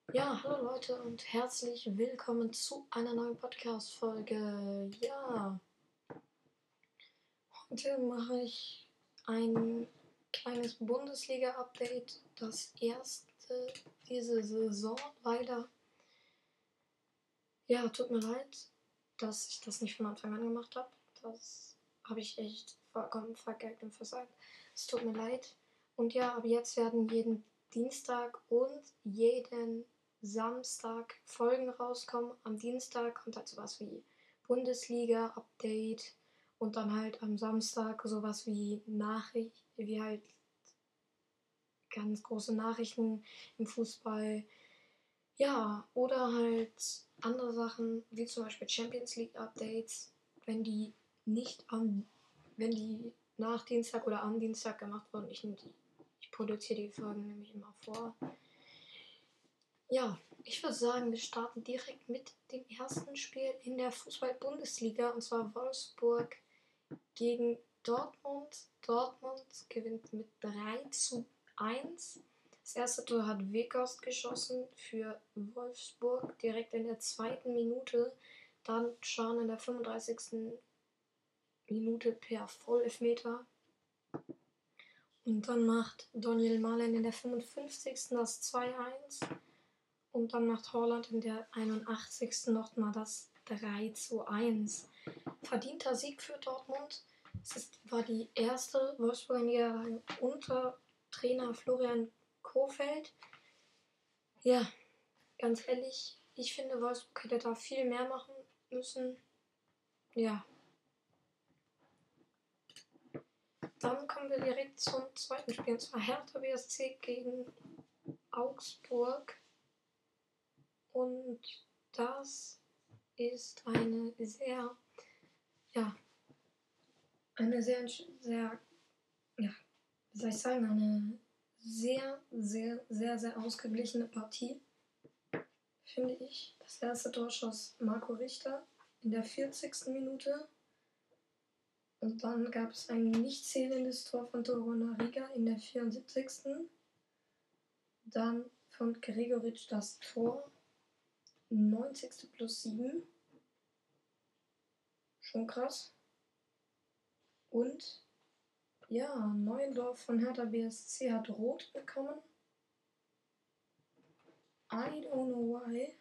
Ja, hallo Leute und herzlich willkommen zu einer neuen Podcast-Folge. Ja, heute mache ich ein kleines Bundesliga-Update, das erste diese Saison leider. Ja, tut mir leid, dass ich das nicht von Anfang an gemacht habe. Das habe ich echt vollkommen vergeigt und versagt. Es tut mir leid. Und ja, ab jetzt werden jeden Dienstag und jeden Samstag Folgen rauskommen. Am Dienstag kommt halt sowas wie Bundesliga-Update und dann halt am Samstag sowas wie Nachricht, wie halt ganz große Nachrichten im Fußball. Ja, oder halt andere Sachen, wie zum Beispiel Champions League Updates, wenn die nicht am, wenn die nach Dienstag oder am Dienstag gemacht wurden. Ich produziere die Folgen nämlich immer vor. Ja, ich würde sagen, wir starten direkt mit dem ersten Spiel in der Fußball-Bundesliga, und zwar Wolfsburg gegen Dortmund. Dortmund gewinnt mit 3:1. Das erste Tor hat Weghorst geschossen für Wolfsburg direkt in der 2. Minute. Dann Can in der 35. Minute per Vollelfmeter. Und dann macht Daniel Malen in der 55. das 2:1. Und dann macht Haaland in der 81. nochmal das 3:1. Verdienter Sieg für Dortmund. War die erste Wolfsburger Niederlage unter Trainer Florian Kohfeldt. Ja, ganz ehrlich, ich finde, Wolfsburg hätte da viel mehr machen müssen. Ja. Dann kommen wir direkt zum zweiten Spiel, und zwar Hertha BSC gegen Augsburg. Und das ist eine sehr, ja, wie soll ich sagen, eine sehr, sehr, sehr, sehr ausgeglichene Partie, finde ich. Das erste Tor schoss Marco Richter in der 40. Minute. Und dann gab es ein nicht zählendes Tor von Torunariga in der 74. Dann von Gregoritsch das Tor, 90. plus 7. Schon krass. Und ja, Neuendorf von Hertha BSC hat Rot bekommen. I don't know why.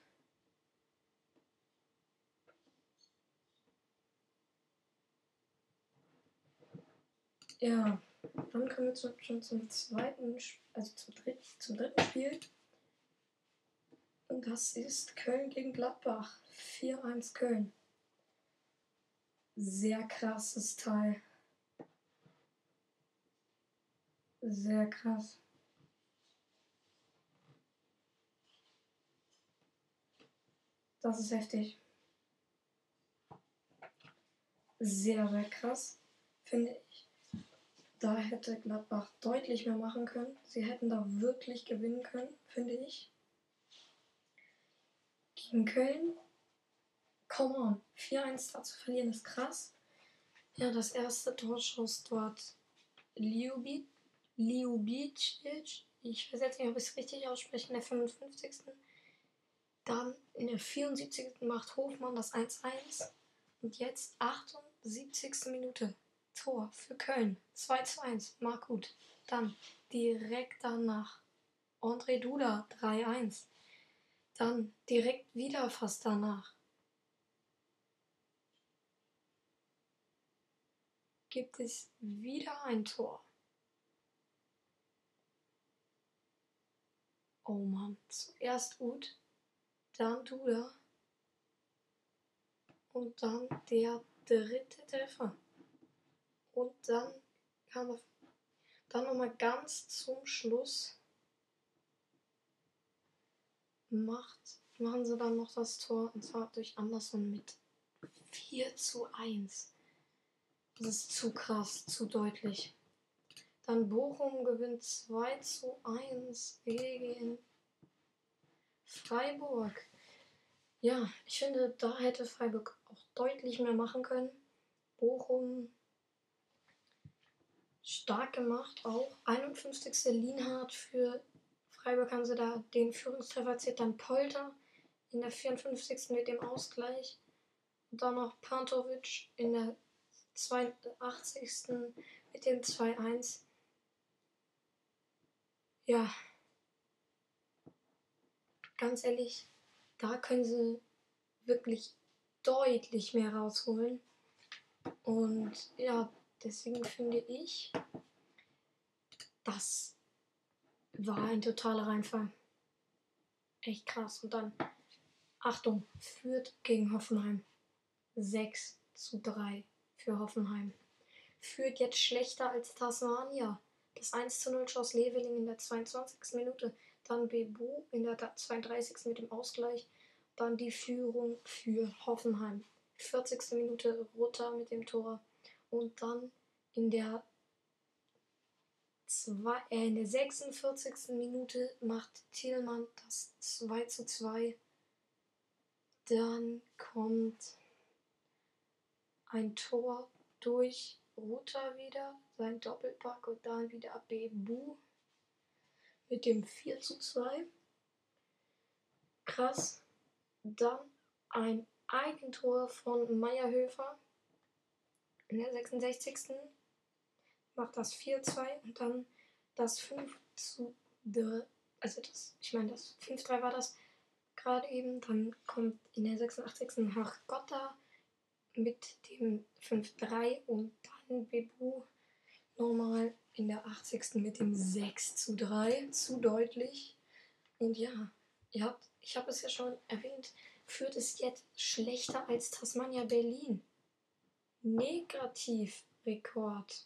Ja, dann kommen wir schon zum zweiten, also zum dritten Spiel. Und das ist Köln gegen Gladbach. 4:1 Köln. Sehr krasses Teil. Sehr krass. Das ist heftig. Sehr, sehr krass, finde ich. Da hätte Gladbach deutlich mehr machen können. Sie hätten da wirklich gewinnen können, finde ich. Gegen Köln, come on, 4:1 da zu verlieren ist krass. Ja, das erste Tor schoss dort Ljubicic. Ich weiß jetzt nicht, ob ich es richtig ausspreche, in der 55. Dann in der 74. macht Hofmann das 1:1. Und jetzt 78. Minute. Tor für Köln. 2:1. Markut. Dann direkt danach André Duda 3:1. Dann direkt wieder fast danach gibt es wieder ein Tor. Oh Mann. Zuerst Uth, dann Duda und dann der dritte Treffer. Und dann kam dann nochmal ganz zum Schluss machen sie dann noch das Tor, und zwar durch Anderson mit 4:1. Das ist zu krass, zu deutlich. Dann Bochum gewinnt 2:1 gegen Freiburg. Ja, ich finde, da hätte Freiburg auch deutlich mehr machen können. Bochum stark gemacht auch. 51. Lienhardt für Freiburg haben sie da den Führungstreffer erzielt, dann Polter in der 54. mit dem Ausgleich. Und dann noch Pantovic in der 82. mit dem 2-1. Ja, ganz ehrlich, da können sie wirklich deutlich mehr rausholen. Und ja, deswegen finde ich, das war ein totaler Reinfall. Echt krass. Und dann, Achtung, Fürth gegen Hoffenheim. 6-3 für Hoffenheim. Fürth jetzt schlechter als Tasmania. Das 1-0 schoss Leveling in der 22. Minute. Dann Bebu in der 32. mit dem Ausgleich. Dann die Führung für Hoffenheim. 40. Minute Rutter mit dem Tor. Und dann in der 46. Minute macht Thielmann das 2-2. Dann kommt ein Tor durch Rutter wieder, sein Doppelpack und dann wieder Bebu mit dem 4-2. Krass. Dann ein Eigentor von Meyerhöfer in der 66. macht das 4-2 und dann das 5-3. Also das 5-3 war das gerade eben. Dann kommt in der 86. Hargotta mit dem 5-3 und dann Bebu nochmal in der 80. mit dem 6-3. Zu deutlich. Und ja, ich habe es ja schon erwähnt, Fürth ist jetzt schlechter als Tasmania Berlin. Negativrekord.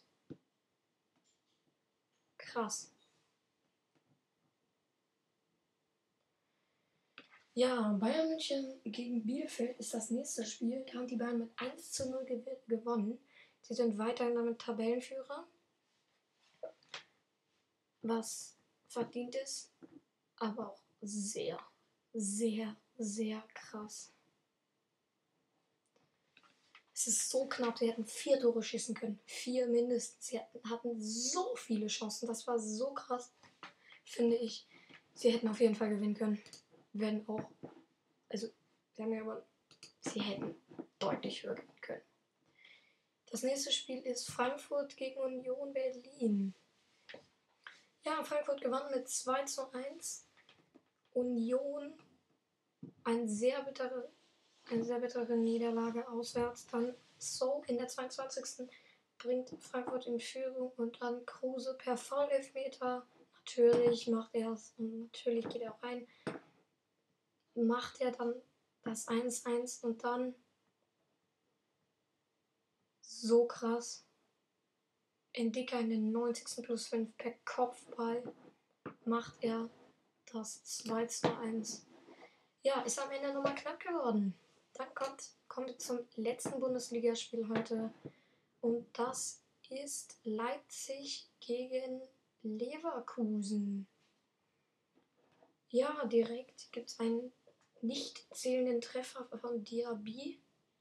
Krass. Ja, Bayern München gegen Bielefeld ist das nächste Spiel. Da haben die Bayern mit 1-0 gewonnen. Sie sind weiterhin damit Tabellenführer. Was verdient ist, aber auch sehr, sehr, sehr krass. Es ist so knapp, sie hätten 4 Tore schießen können. 4 mindestens. Sie hatten so viele Chancen. Das war so krass, finde ich. Sie hätten auf jeden Fall gewinnen können. Wenn auch. Also, sie hätten deutlich höher gewinnen können. Das nächste Spiel ist Frankfurt gegen Union Berlin. Ja, Frankfurt gewann mit 2-1. Union eine sehr bittere Niederlage auswärts. Dann So in der 22. bringt Frankfurt in Führung und dann Kruse per Foul-Elfmeter. Natürlich macht er es und natürlich geht er auch rein. Macht er dann das 1-1 und dann so krass. Endika in den 90. plus 5 per Kopfball macht er das 2-1. Ja, ist am Ende nochmal knapp geworden. Dann kommen wir zum letzten Bundesligaspiel heute. Und das ist Leipzig gegen Leverkusen. Ja, direkt gibt es einen nicht zählenden Treffer von Diaby.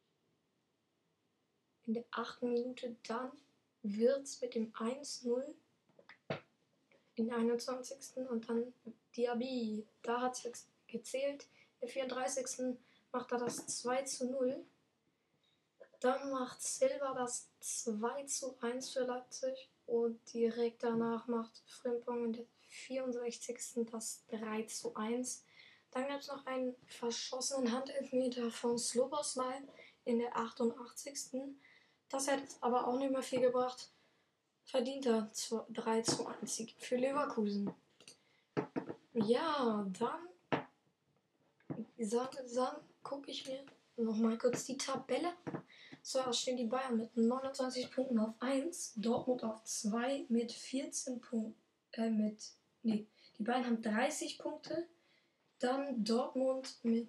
In der 8. Minute dann Wirtz mit dem 1-0 in der 21. Und dann Diaby. Da hat es gezählt. In der 34. macht er das 2-0. Dann macht Silva das 2-1 für Leipzig. Und direkt danach macht Frimpong in der 64. das 3-1. Dann gab es noch einen verschossenen Handelfmeter von Szoboszlai in der 88. Das hätte aber auch nicht mehr viel gebracht. Verdienter 3-1 für Leverkusen. Ja, dann gucke ich mir nochmal kurz die Tabelle. So, da stehen die Bayern mit 29 Punkten auf 1, Dortmund auf 2 mit 14 Punkten. Die Bayern haben 30 Punkte, dann Dortmund mit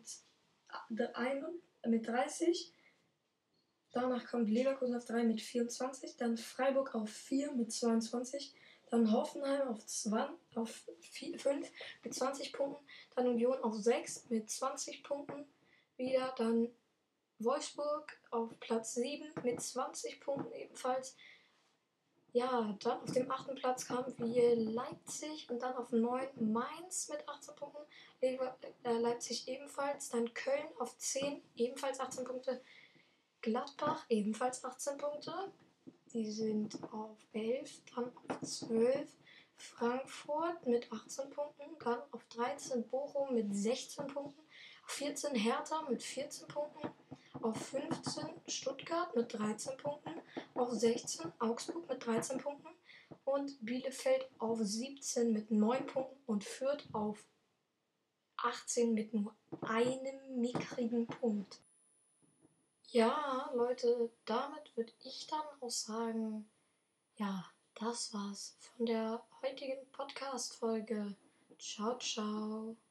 30. Danach kommt Leverkusen auf 3 mit 24, dann Freiburg auf 4 mit 22, dann Hoffenheim auf 5 mit 20 Punkten, dann Union auf 6 mit 20 Punkten wieder, dann Wolfsburg auf Platz 7 mit 20 Punkten ebenfalls, Ja, dann auf dem 8. Platz haben wir Leipzig und dann auf 9 Mainz mit 18 Punkten. Leipzig ebenfalls. Dann Köln auf 10, ebenfalls 18 Punkte. Gladbach ebenfalls 18 Punkte. Die sind auf 11, dann auf 12 Frankfurt mit 18 Punkten, dann auf 13 Bochum mit 16 Punkten, auf 14 Hertha mit 14 Punkten, auf 15 Stuttgart mit 13 Punkten, auf 16 Augsburg mit 13 Punkten und Bielefeld auf 17 mit 9 Punkten und Fürth auf 18 mit nur einem mickrigen Punkt. Ja, Leute, damit würde ich dann auch sagen, ja, das war's von der heutigen Podcast-Folge. Ciao, ciao.